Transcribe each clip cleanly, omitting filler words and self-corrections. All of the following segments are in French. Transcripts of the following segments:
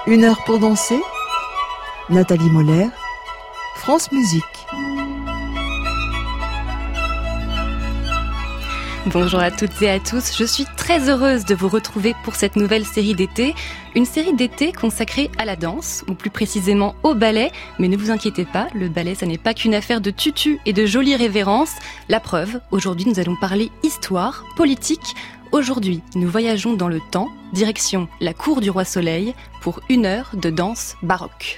Une heure pour danser. Nathalie Moller, France Musique. Bonjour à toutes et à tous, je suis très heureuse de vous retrouver pour cette nouvelle série d'été. Une série d'été consacrée à la danse, ou plus précisément au ballet. Mais ne vous inquiétez pas, le ballet, ça n'est pas qu'une affaire de tutu et de jolies révérences. La preuve, aujourd'hui nous allons parler histoire, politique. Aujourd'hui, nous voyageons dans le temps, direction la cour du roi Soleil, pour une heure de danse baroque.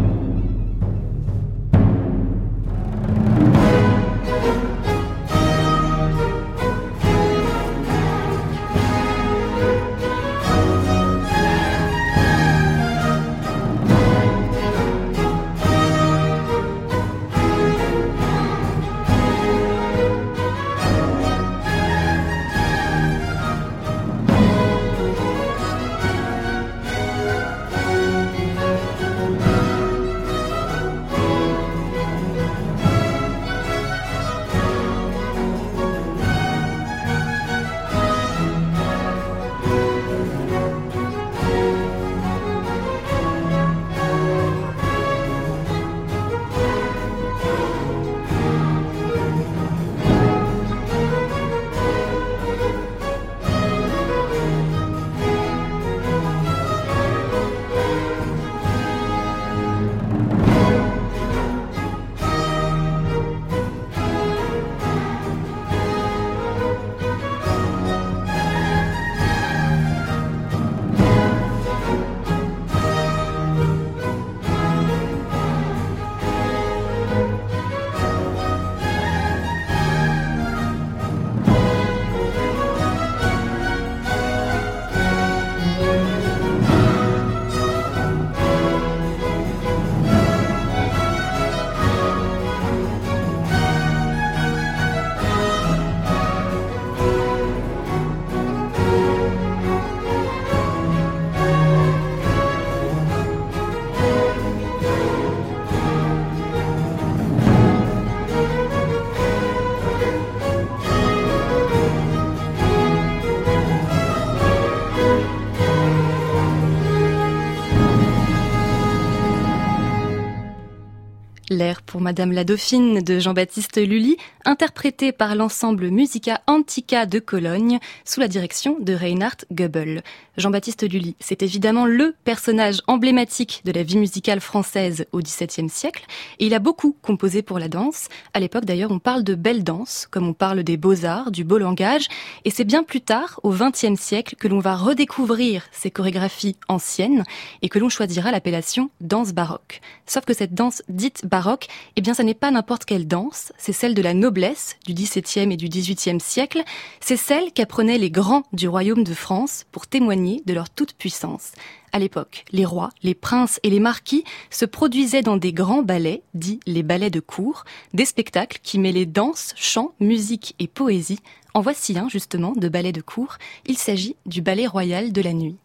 L'air pour Madame la Dauphine de Jean-Baptiste Lully, interprété par l'ensemble Musica Antica de Cologne, sous la direction de Reinhard Goebel. Jean-Baptiste Lully, c'est évidemment le personnage emblématique de la vie musicale française au XVIIe siècle, et il a beaucoup composé pour la danse. À l'époque d'ailleurs, on parle de belle danse, comme on parle des beaux-arts, du beau langage, et c'est bien plus tard, au XXe siècle, que l'on va redécouvrir ces chorégraphies anciennes, et que l'on choisira l'appellation danse baroque. Sauf que cette danse dite baroque, eh bien ça n'est pas n'importe quelle danse, c'est celle de la noblesse du XVIIe et du XVIIIe siècle, c'est celle qu'apprenaient les grands du royaume de France pour témoigner de leur toute-puissance. À l'époque, les rois, les princes et les marquis se produisaient dans des grands ballets, dits les ballets de cour, des spectacles qui mêlaient danse, chant, musique et poésie. En voici un justement de ballet de cour, il s'agit du ballet royal de la nuit.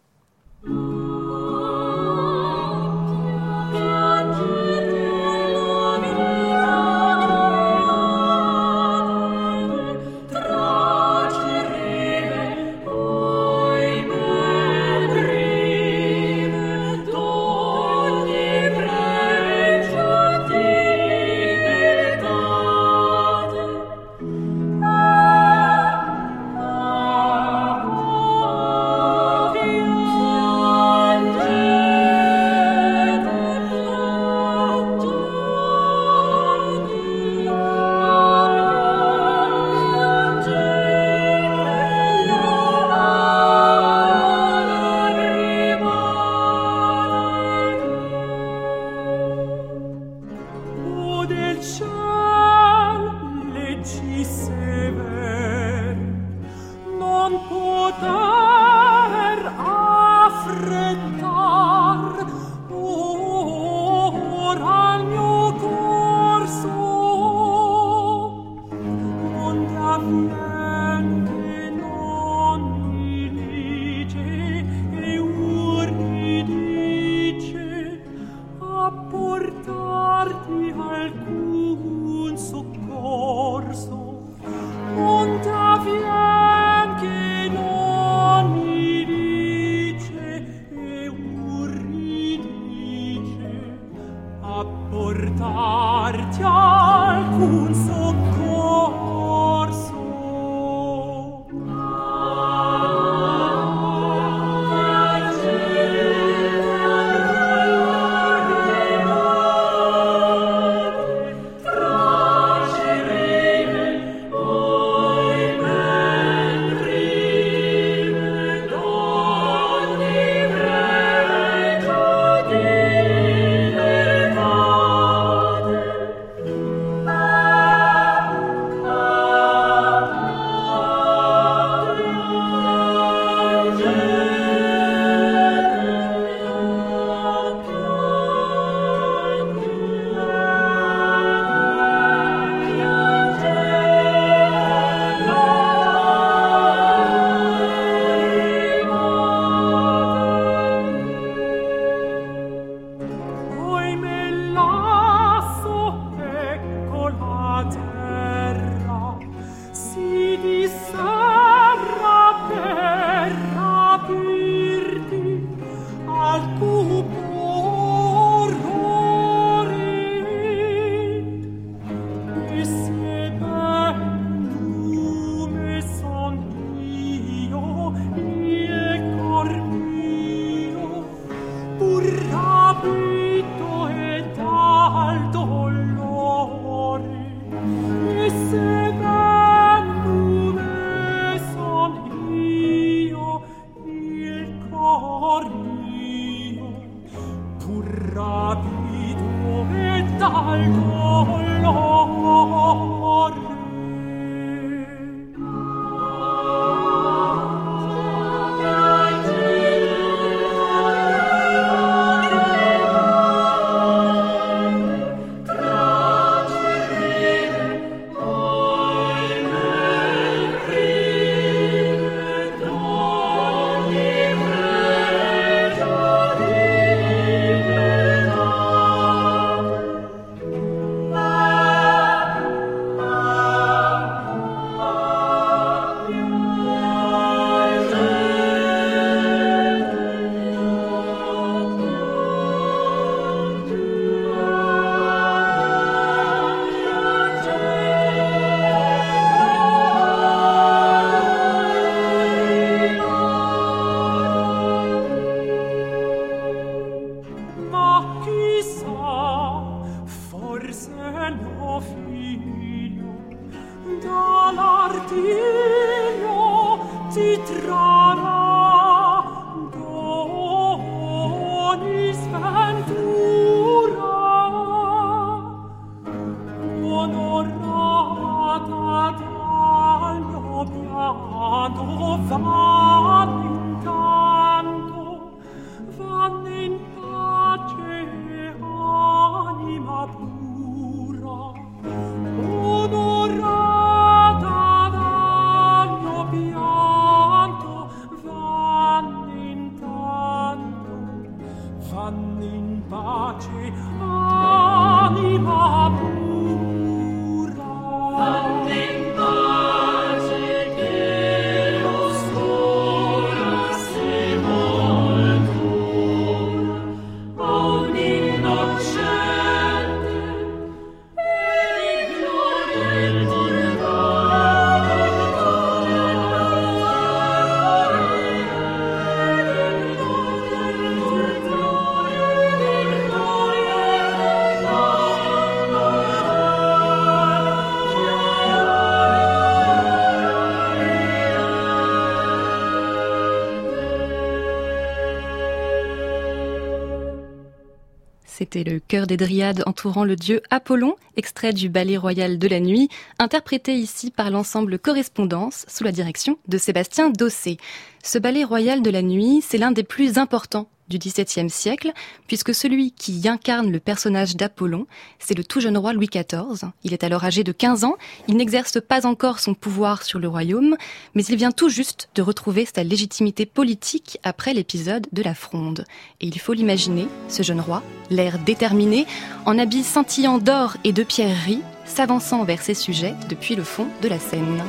C'était le chœur des Dryades entourant le dieu Apollon, extrait du Ballet royal de la nuit, interprété ici par l'ensemble Correspondance sous la direction de Sébastien Dossé. Ce Ballet royal de la nuit, c'est l'un des plus importants du XVIIe siècle, puisque celui qui incarne le personnage d'Apollon, c'est le tout jeune roi Louis XIV. Il est alors âgé de 15 ans, il n'exerce pas encore son pouvoir sur le royaume, mais il vient tout juste de retrouver sa légitimité politique après l'épisode de la Fronde. Et il faut l'imaginer, ce jeune roi, l'air déterminé, en habits scintillant d'or et de pierreries, s'avançant vers ses sujets depuis le fond de la Seine.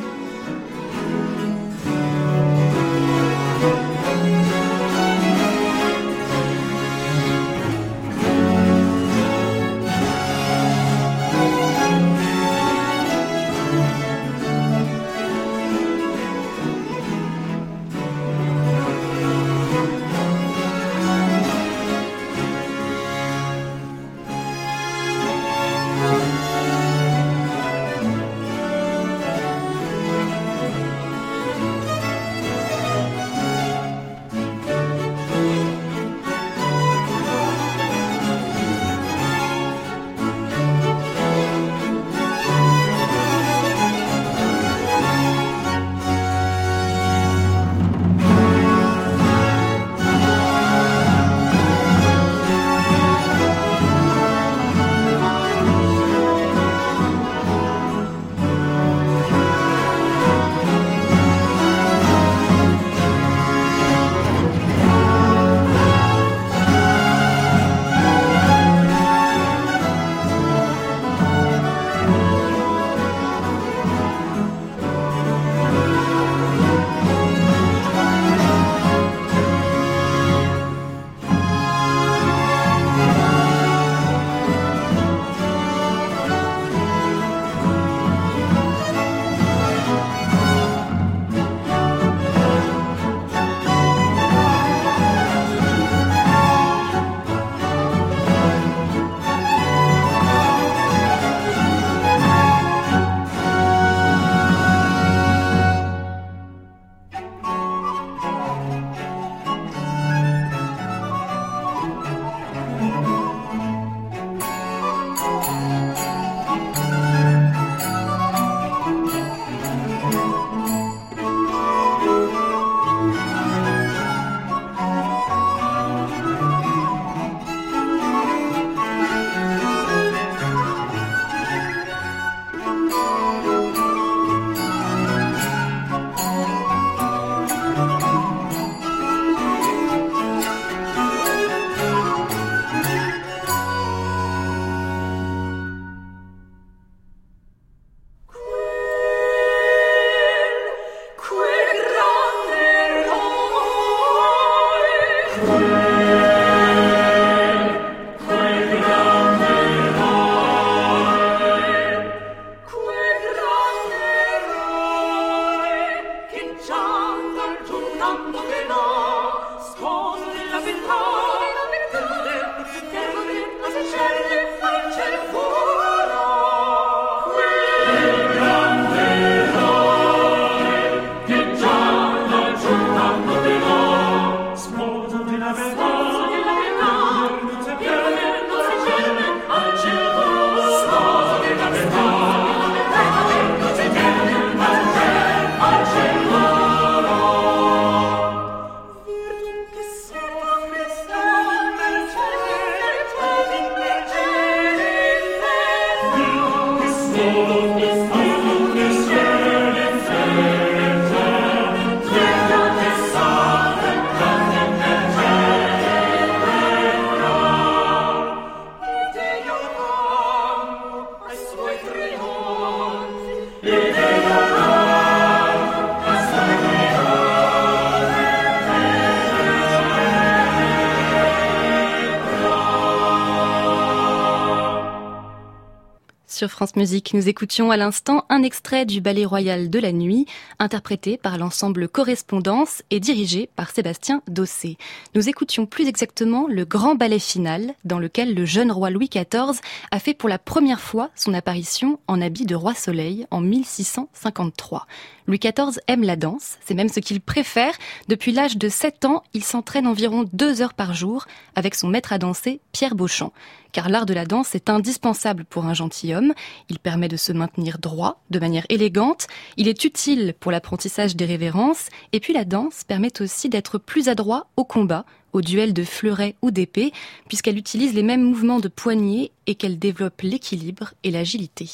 sur France Musique. Nous écoutions à l'instant un extrait du Ballet Royal de la Nuit, interprété par l'ensemble Correspondance et dirigé par Sébastien Dossé. Nous écoutions plus exactement le grand ballet final, dans lequel le jeune roi Louis XIV a fait pour la première fois son apparition en habit de roi soleil en 1653. Louis XIV aime la danse, c'est même ce qu'il préfère. Depuis l'âge de 7 ans, il s'entraîne environ 2 heures par jour avec son maître à danser, Pierre Beauchamp. Car l'art de la danse est indispensable pour un gentilhomme. Il permet de se maintenir droit, de manière élégante. Il est utile pour l'apprentissage des révérences. Et puis la danse permet aussi d'être plus adroit au combat, au duel de fleurets ou d'épée, puisqu'elle utilise les mêmes mouvements de poignets et qu'elle développe l'équilibre et l'agilité.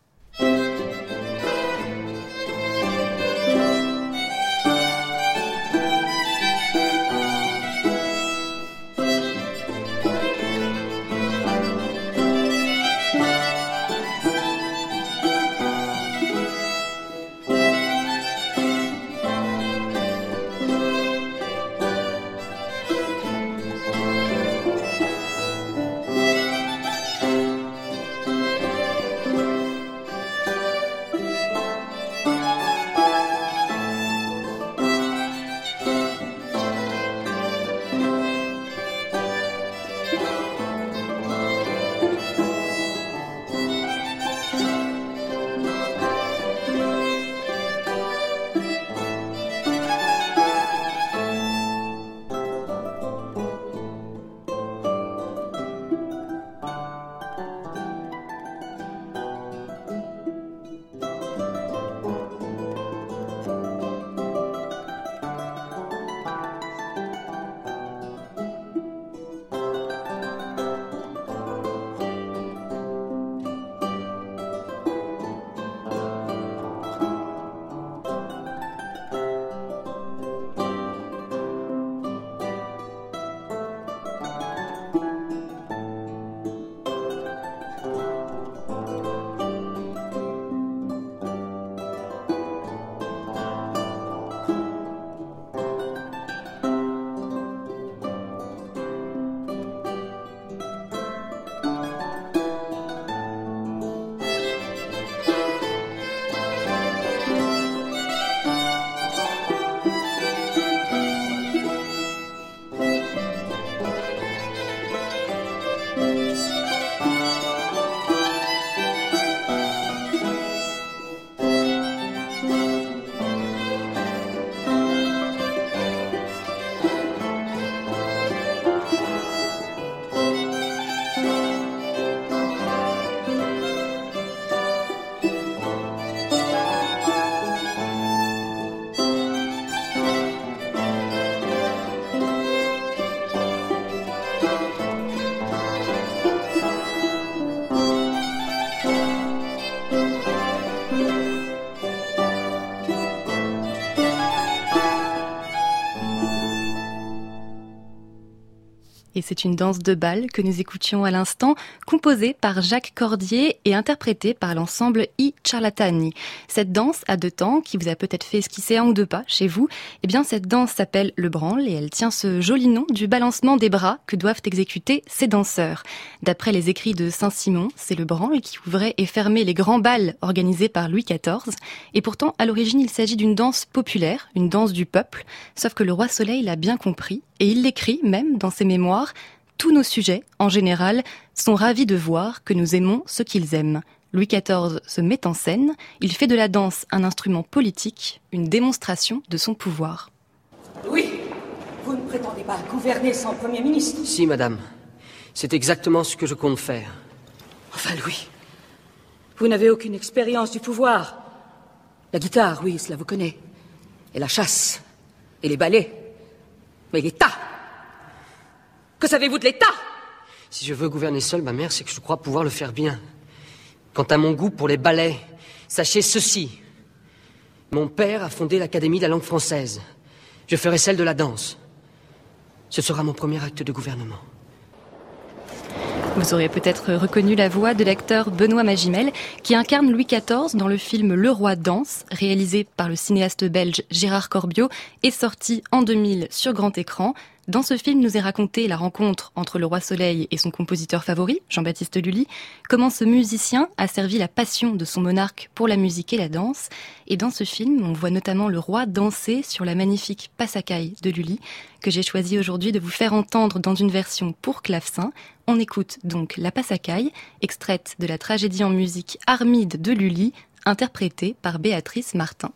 Et c'est une danse de bal que nous écoutions à l'instant, composée par Jacques Cordier et interprétée par l'ensemble I Ciarlatani. Cette danse à 2 temps, qui vous a peut-être fait esquisser 1 ou 2 pas chez vous, eh bien cette danse s'appelle le branle et elle tient ce joli nom du balancement des bras que doivent exécuter ces danseurs. D'après les écrits de Saint-Simon, c'est le branle qui ouvrait et fermait les grands bals organisés par Louis XIV. Et pourtant, à l'origine, il s'agit d'une danse populaire, une danse du peuple, sauf que le roi Soleil l'a bien compris. Et il l'écrit même dans ses mémoires, « Tous nos sujets, en général, sont ravis de voir que nous aimons ce qu'ils aiment. » Louis XIV se met en scène, il fait de la danse un instrument politique, une démonstration de son pouvoir. Louis, vous ne prétendez pas gouverner sans Premier ministre? Si, madame. C'est exactement ce que je compte faire. Enfin, Louis, vous n'avez aucune expérience du pouvoir. La guitare, oui, cela vous connaît. Et la chasse. Et les ballets. Mais l'État! Que savez-vous de l'État? Si je veux gouverner seul, ma mère, c'est que je crois pouvoir le faire bien. Quant à mon goût pour les ballets, sachez ceci. Mon père a fondé l'Académie de la langue française. Je ferai celle de la danse. Ce sera mon premier acte de gouvernement. Vous aurez peut-être reconnu la voix de l'acteur Benoît Magimel, qui incarne Louis XIV dans le film Le Roi danse, réalisé par le cinéaste belge Gérard Corbiot et sorti en 2000 sur grand écran. Dans ce film nous est racontée la rencontre entre le Roi Soleil et son compositeur favori, Jean-Baptiste Lully, comment ce musicien a servi la passion de son monarque pour la musique et la danse. Et dans ce film, on voit notamment le roi danser sur la magnifique Passacaille de Lully, que j'ai choisi aujourd'hui de vous faire entendre dans une version pour clavecin. On écoute donc la Passacaille, extraite de la tragédie en musique Armide de Lully, interprétée par Béatrice Martin.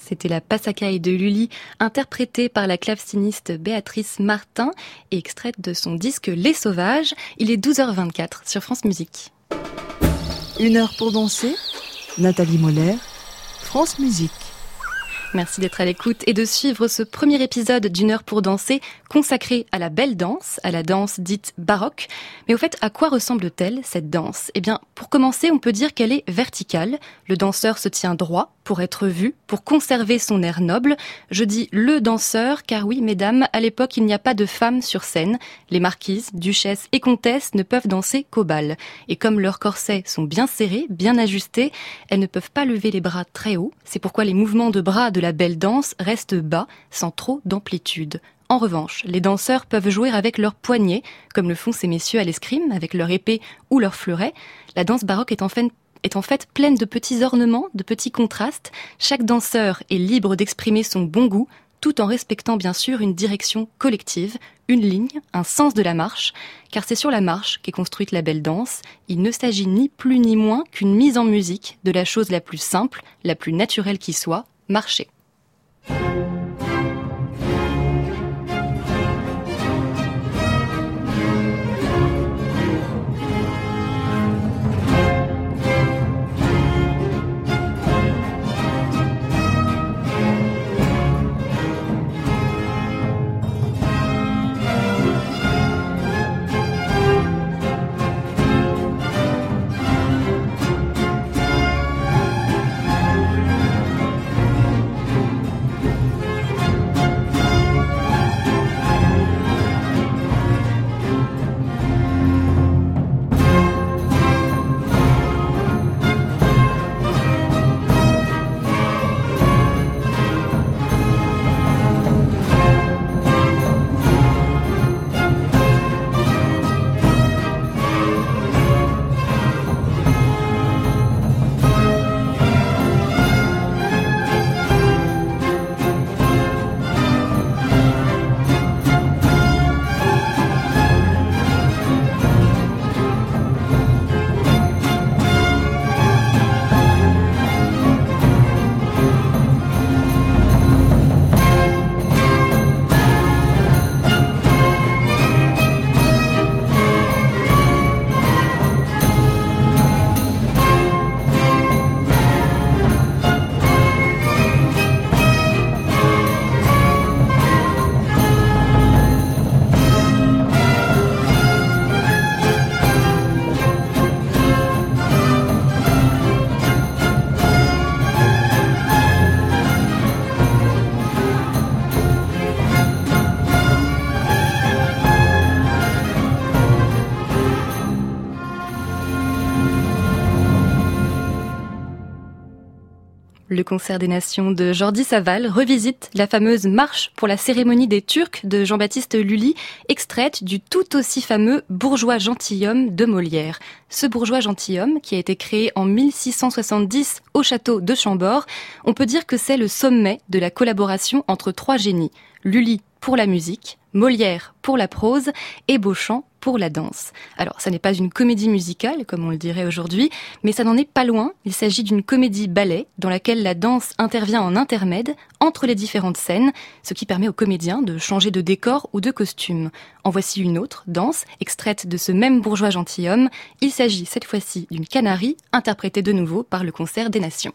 C'était la Passacaille de Lully, interprétée par la claveciniste Béatrice Martin et extraite de son disque Les Sauvages. Il est 12h24 sur France Musique. 1 heure pour danser, Nathalie Moller, France Musique. Merci d'être à l'écoute et de suivre ce premier épisode d'1 heure pour danser consacré à la belle danse, à la danse dite baroque. Mais au fait, à quoi ressemble-t-elle cette danse ? Eh bien, pour commencer, on peut dire qu'elle est verticale. Le danseur se tient droit pour être vu, pour conserver son air noble. Je dis le danseur, car oui, mesdames, à l'époque, il n'y a pas de femmes sur scène. Les marquises, duchesses et comtesses ne peuvent danser qu'au bal. Et comme leurs corsets sont bien serrés, bien ajustés, elles ne peuvent pas lever les bras très haut. C'est pourquoi les mouvements de bras de la belle danse restent bas, sans trop d'amplitude. En revanche, les danseurs peuvent jouer avec leurs poignets, comme le font ces messieurs à l'escrime, avec leur épée ou leur fleuret. La danse baroque est en fait pleine de petits ornements, de petits contrastes. Chaque danseur est libre d'exprimer son bon goût, tout en respectant bien sûr une direction collective, une ligne, un sens de la marche, car c'est sur la marche qu'est construite la belle danse. Il ne s'agit ni plus ni moins qu'une mise en musique de la chose la plus simple, la plus naturelle qui soit, marcher. Le Concert des Nations de Jordi Savall revisite la fameuse marche pour la cérémonie des Turcs de Jean-Baptiste Lully, extraite du tout aussi fameux Bourgeois gentilhomme de Molière. Ce bourgeois gentilhomme, qui a été créé en 1670 au château de Chambord, on peut dire que c'est le sommet de la collaboration entre trois génies. Lully pour la musique, Molière pour la prose et Beauchamp pour la danse. Alors, ça n'est pas une comédie musicale, comme on le dirait aujourd'hui, mais ça n'en est pas loin. Il s'agit d'une comédie-ballet dans laquelle la danse intervient en intermède entre les différentes scènes, ce qui permet aux comédiens de changer de décor ou de costume. En voici une autre, danse, extraite de ce même bourgeois gentilhomme. Il s'agit cette fois-ci d'une canarie, interprétée de nouveau par le Concert des Nations.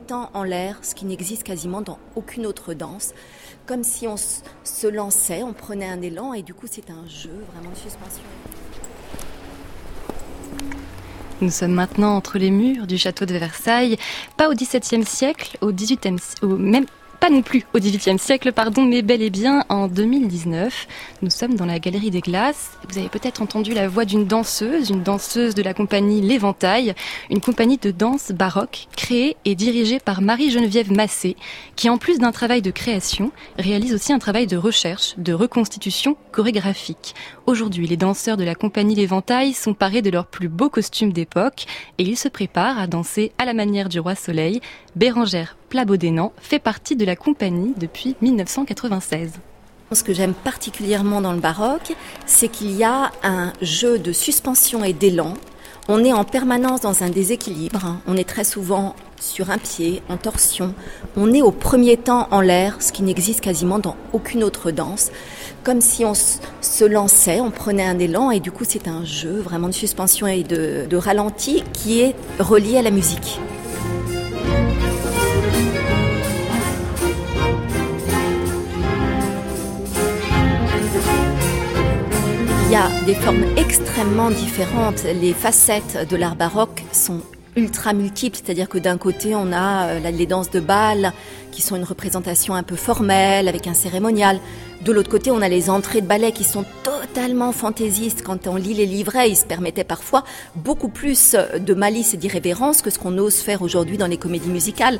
temps en l'air, ce qui n'existe quasiment dans aucune autre danse, comme si on se lançait, on prenait un élan et du coup c'est un jeu vraiment de suspension. Nous sommes maintenant entre les murs du château de Versailles, pas au XVIIe siècle, au XVIIIe, même pas non plus au XVIIIe siècle, mais bel et bien en 2019. Nous sommes dans la Galerie des Glaces. Vous avez peut-être entendu la voix d'une danseuse de la compagnie L'Éventail, une compagnie de danse baroque créée et dirigée par Marie-Geneviève Massé, qui en plus d'un travail de création, réalise aussi un travail de recherche, de reconstitution chorégraphique. Aujourd'hui, les danseurs de la compagnie L'Éventail sont parés de leurs plus beaux costumes d'époque et ils se préparent à danser à la manière du Roi Soleil. Bérengère Plat-Beaudénant fait partie de la compagnie depuis 1996. Ce que j'aime particulièrement dans le baroque, c'est qu'il y a un jeu de suspension et d'élan. On est en permanence dans un déséquilibre. On est très souvent sur un pied, en torsion. On est au premier temps en l'air, ce qui n'existe quasiment dans aucune autre danse. Comme si on se lançait, on prenait un élan et du coup c'est un jeu vraiment de suspension et de ralenti qui est relié à la musique. Il y a des formes extrêmement différentes. Les facettes de l'art baroque sont ultra multiples, c'est-à-dire que d'un côté on a les danses de bal qui sont une représentation un peu formelle avec un cérémonial. De l'autre côté on a les entrées de ballet qui sont totalement fantaisistes. Quand on lit les livrets, ils se permettaient parfois beaucoup plus de malice et d'irrévérence que ce qu'on ose faire aujourd'hui dans les comédies musicales.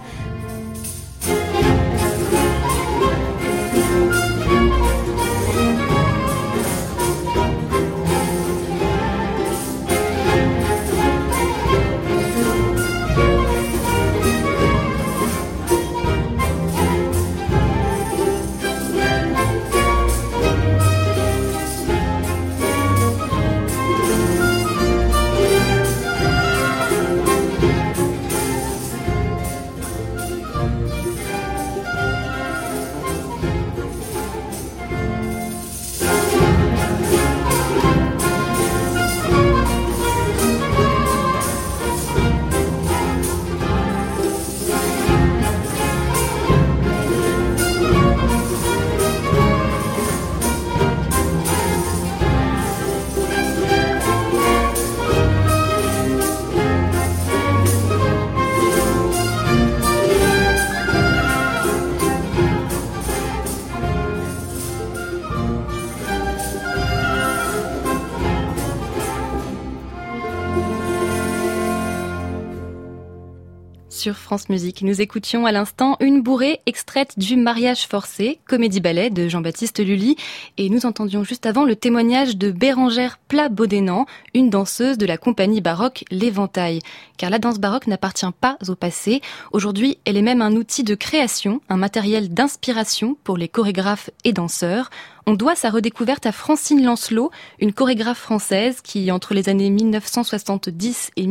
Sur France Musique, nous écoutions à l'instant une bourrée extraite du Mariage forcé, comédie-ballet de Jean-Baptiste Lully, et nous entendions juste avant le témoignage de Bérengère Plat-Beaudénant, une danseuse de la compagnie baroque L'Éventail. Car la danse baroque n'appartient pas au passé. Aujourd'hui, elle est même un outil de création, un matériel d'inspiration pour les chorégraphes et danseurs. On doit sa redécouverte à Francine Lancelot, une chorégraphe française qui, entre les années 1970 et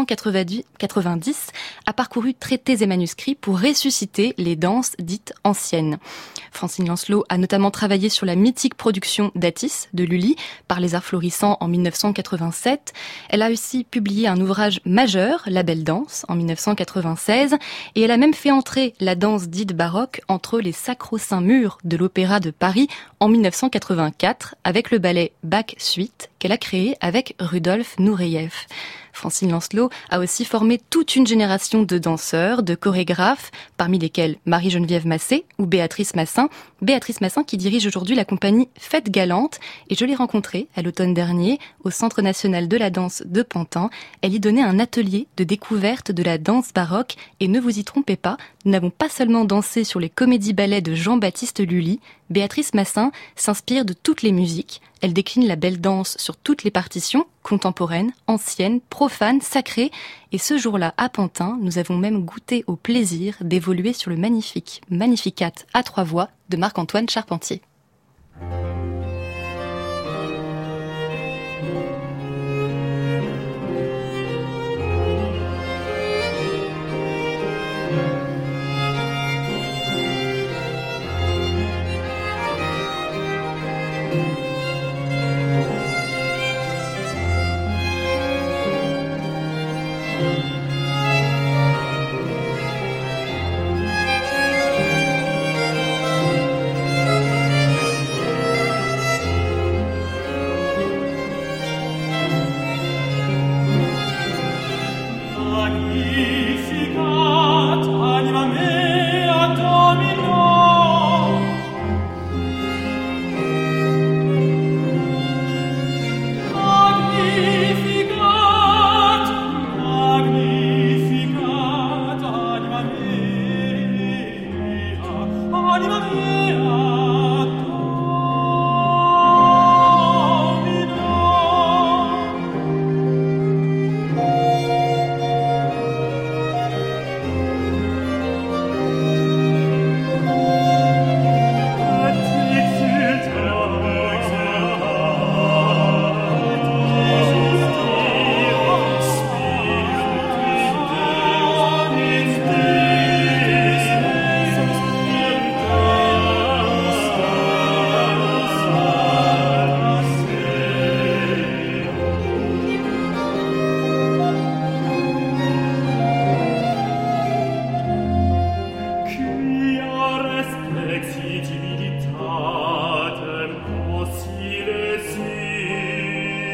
1990, a parcouru traités et manuscrits pour ressusciter les danses dites anciennes. Francine Lancelot a notamment travaillé sur la mythique production d'Atis de Lully par les Arts Florissants en 1987. Elle a aussi publié un ouvrage majeur, La Belle Danse, en 1996, et elle a même fait entrer la danse dite baroque entre les sacro-saints murs de l'Opéra de Paris en 1984 avec le ballet Bach Suite qu'elle a créé avec Rudolf Nureyev. Francine Lancelot a aussi formé toute une génération de danseurs, de chorégraphes, parmi lesquels Marie-Geneviève Massé ou Béatrice Massin. Béatrice Massin qui dirige aujourd'hui la compagnie Fête Galante, et je l'ai rencontrée à l'automne dernier au Centre national de la danse de Pantin. Elle y donnait un atelier de découverte de la danse baroque, et ne vous y trompez pas, nous n'avons pas seulement dansé sur les comédies-ballets de Jean-Baptiste Lully. Béatrice Massin s'inspire de toutes les musiques. Elle décline la belle danse sur toutes les partitions, contemporaines, anciennes, profanes, sacrées. Et ce jour-là, à Pantin, nous avons même goûté au plaisir d'évoluer sur le magnifique Magnificat à 3 voix de Marc-Antoine Charpentier.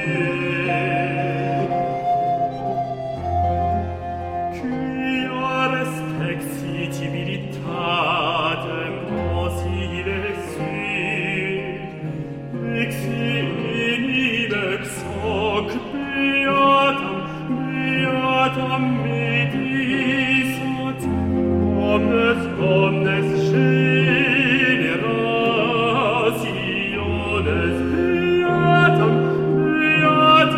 Beatam,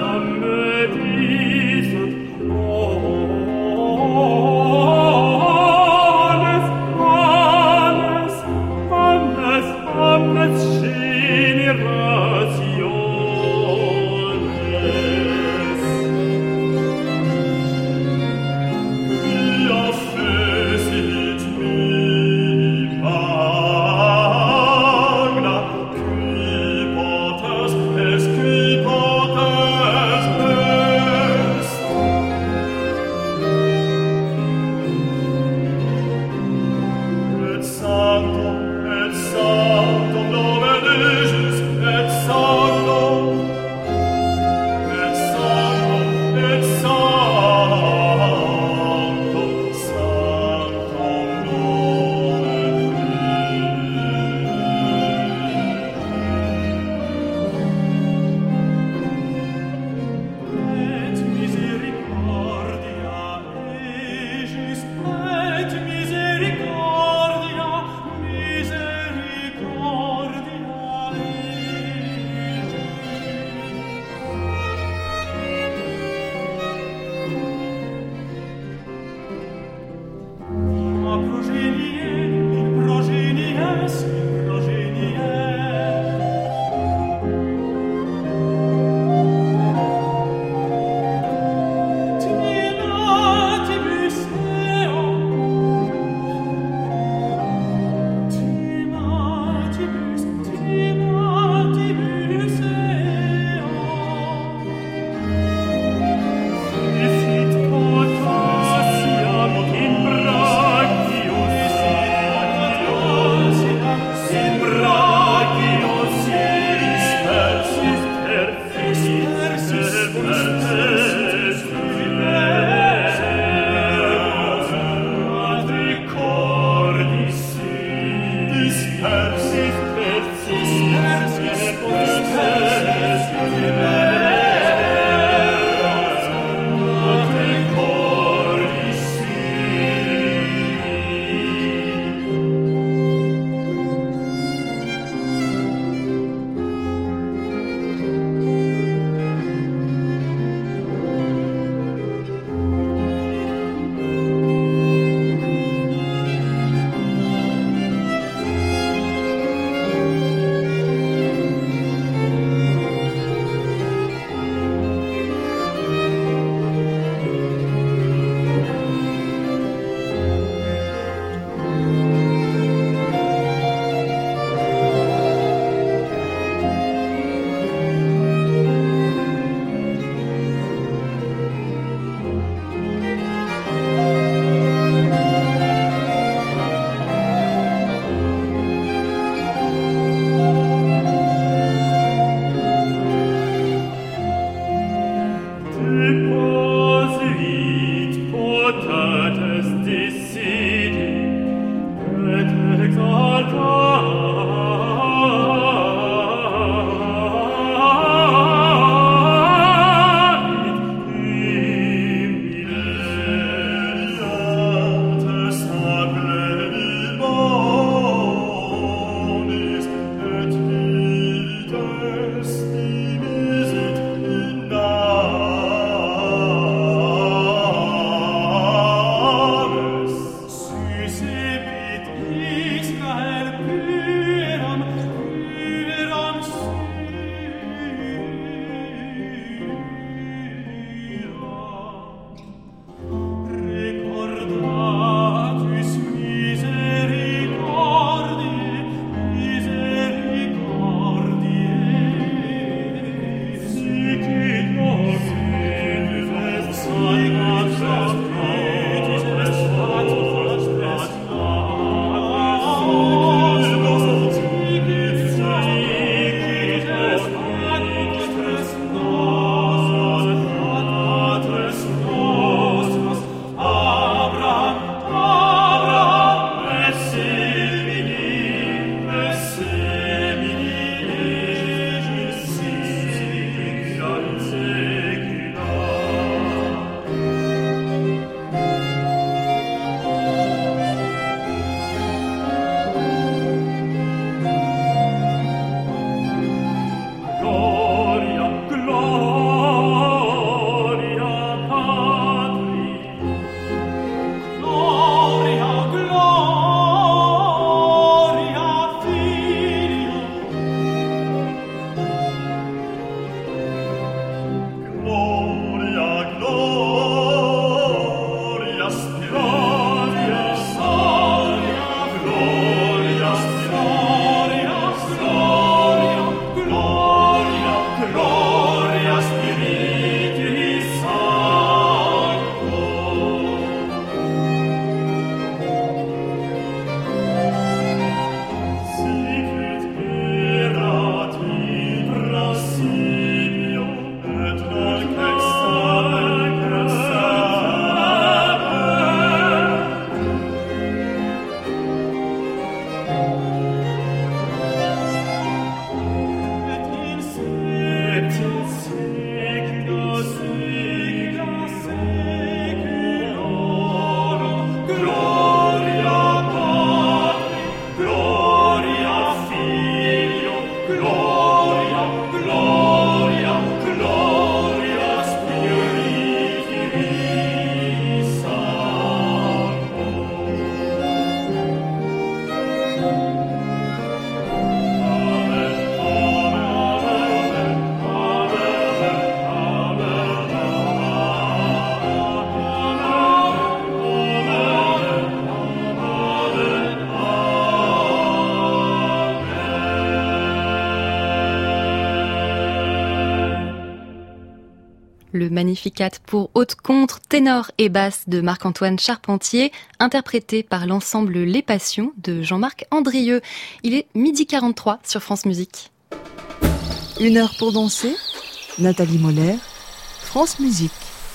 Le Magnificat pour haute, contre, ténor et basse de Marc-Antoine Charpentier, interprété par l'ensemble Les Passions de Jean-Marc Andrieux. Il est 12h43 sur France Musique. 1 heure pour danser, Nathalie Moller, France Musique.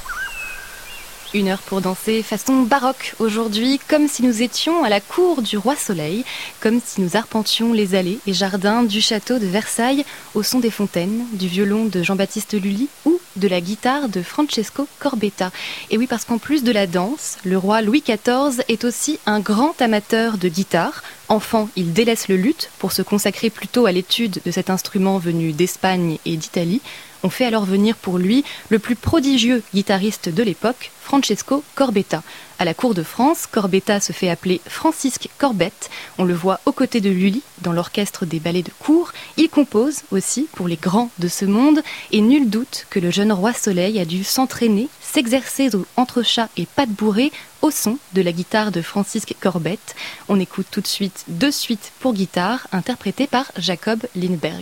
1 heure pour danser façon baroque aujourd'hui, comme si nous étions à la cour du roi Soleil, comme si nous arpentions les allées et jardins du château de Versailles au son des fontaines, du violon de Jean-Baptiste Lully ou de la guitare de Francesco Corbetta. Et oui, parce qu'en plus de la danse, le roi Louis XIV est aussi un grand amateur de guitare. Enfant, il délaisse le luth pour se consacrer plutôt à l'étude de cet instrument venu d'Espagne et d'Italie. On fait alors venir pour lui le plus prodigieux guitariste de l'époque, Francesco Corbetta. À la cour de France, Corbetta se fait appeler Francisque Corbette. On le voit aux côtés de Lully dans l'orchestre des ballets de cour. Il compose aussi pour les grands de ce monde et nul doute que le jeune roi Soleil a dû s'entraîner, s'exercer aux entrechats et pattes bourrées au son de la guitare de Francisque Corbette. On écoute tout de suite 2 suites pour guitare interprétées par Jacob Lindberg.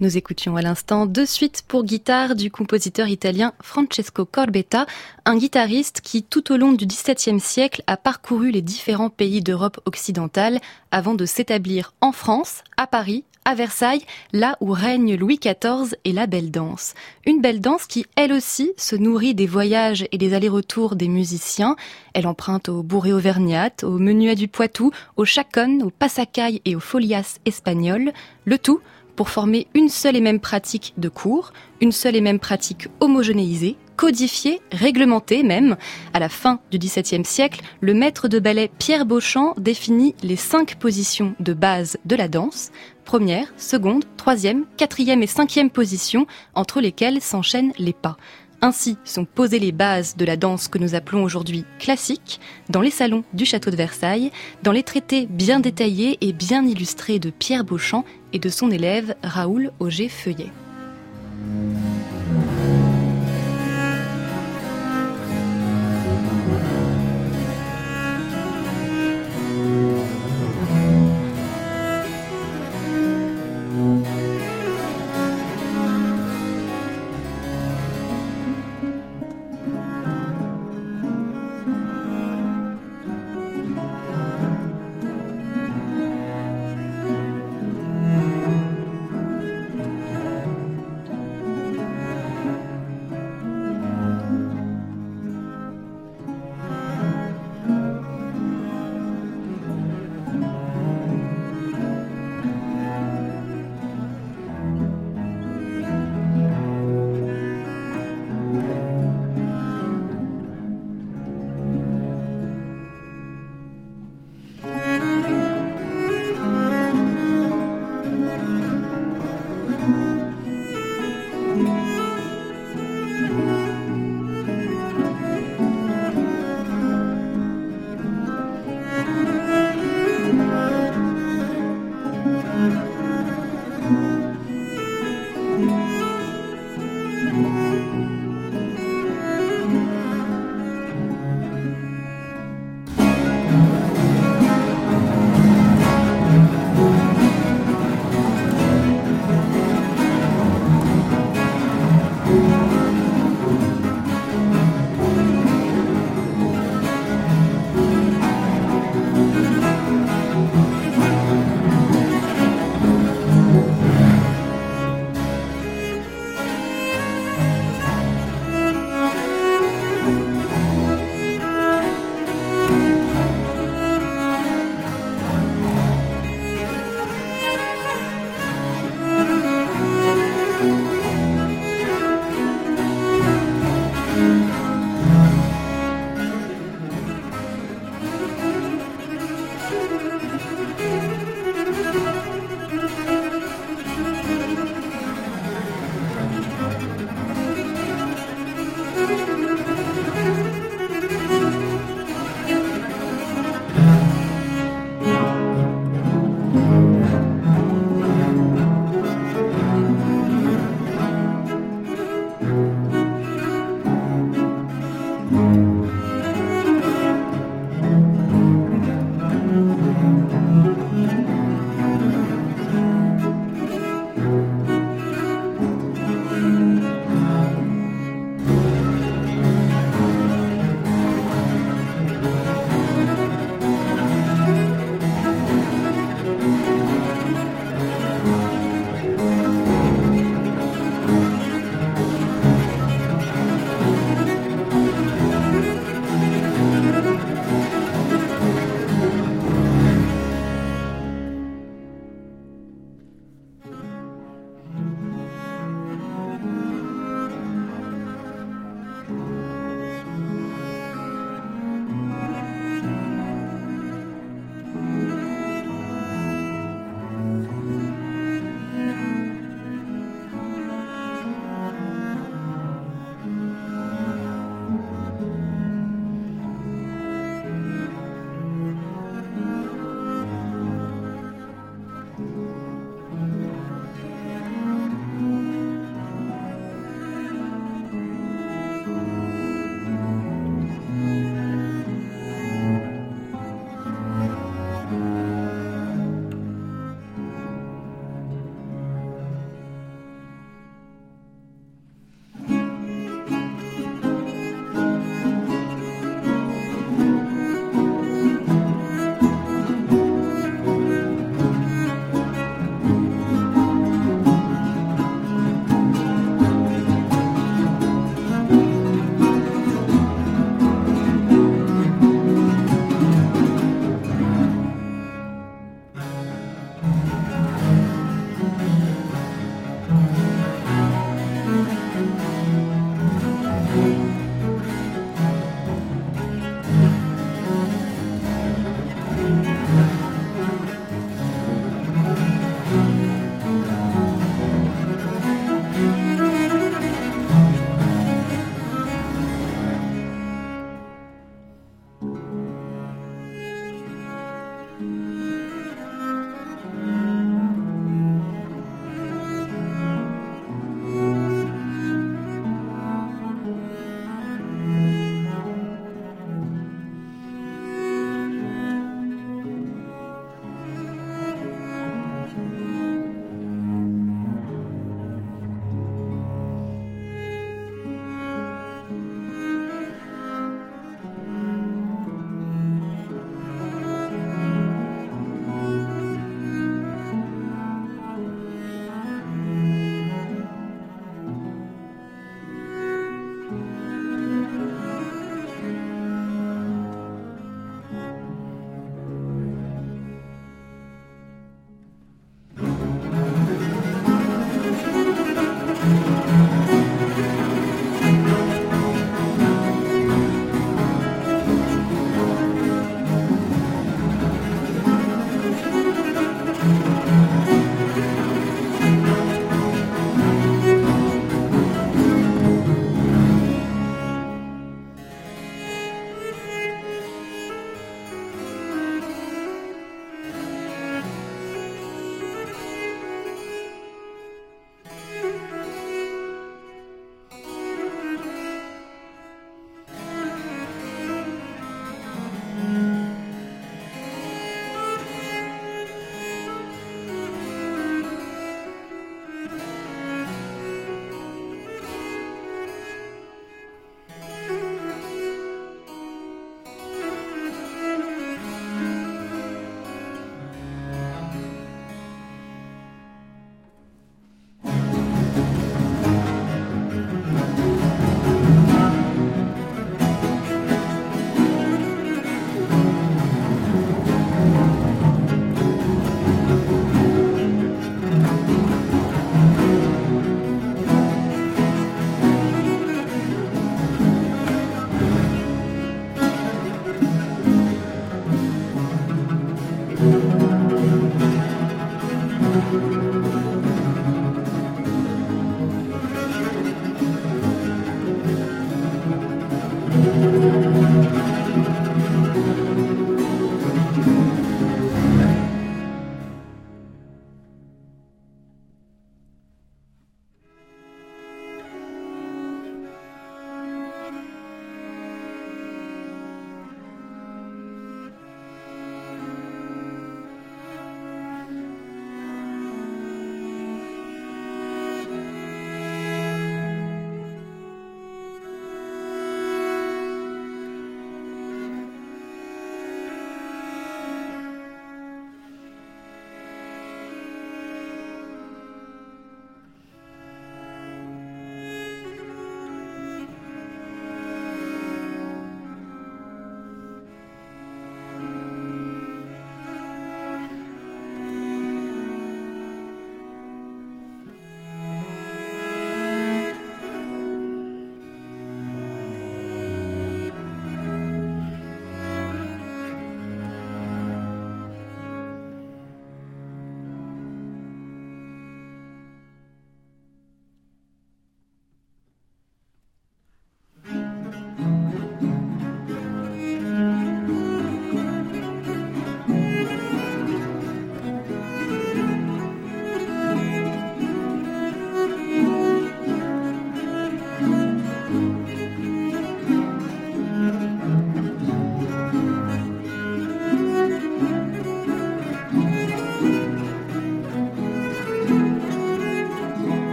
Nous écoutions à l'instant 2 suites pour guitare du compositeur italien Francesco Corbetta, un guitariste qui tout au long du XVIIe siècle a parcouru les différents pays d'Europe occidentale avant de s'établir en France, à Paris, à Versailles, là où règne Louis XIV et la belle danse. Une belle danse qui, elle aussi, se nourrit des voyages et des allers-retours des musiciens. Elle emprunte au bourré auvergnate, au menuet du Poitou, au chaconne, au passacaille et au folias espagnol. Le tout pour former une seule et même pratique de cours, une seule et même pratique homogénéisée, codifiée, réglementée même. À la fin du XVIIe siècle, le maître de ballet Pierre Beauchamp définit les 5 positions de base de la danse. Première, seconde, troisième, quatrième et cinquième position, entre lesquelles s'enchaînent les pas. Ainsi sont posées les bases de la danse que nous appelons aujourd'hui classique, dans les salons du château de Versailles, dans les traités bien détaillés et bien illustrés de Pierre Beauchamp et de son élève Raoul Auger-Feuillet.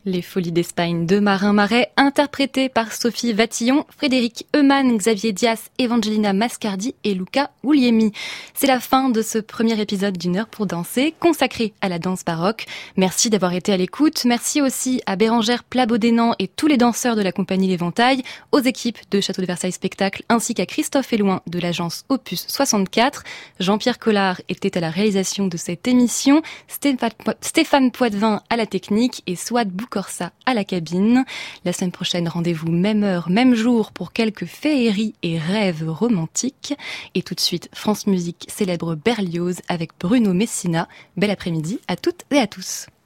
Les Folies d'Espagne de Marin Marais, interprétées par Sophie Vatillon, Frédéric Eumann, Xavier Dias, Evangelina Mascardi et Luca Guglielmi. C'est la fin de ce premier épisode d'une heure pour danser, consacré à la danse baroque. Merci d'avoir été à l'écoute. Merci aussi à Bérangère Plabodénan et tous les danseurs de la compagnie L'Éventail, aux équipes de Château de Versailles Spectacle, ainsi qu'à Christophe Éloin de l'agence Opus 64. Jean-Pierre Collard était à la réalisation de cette émission, Stéphane Poitvin à la technique et Souad Boukorsa à la cabine. La semaine prochaine, rendez-vous même heure, même jour pour quelques féeries et rêves romantiques. Et tout de suite, France Musique célèbre Berlioz avec Bruno Messina. Bel après-midi à toutes et à tous.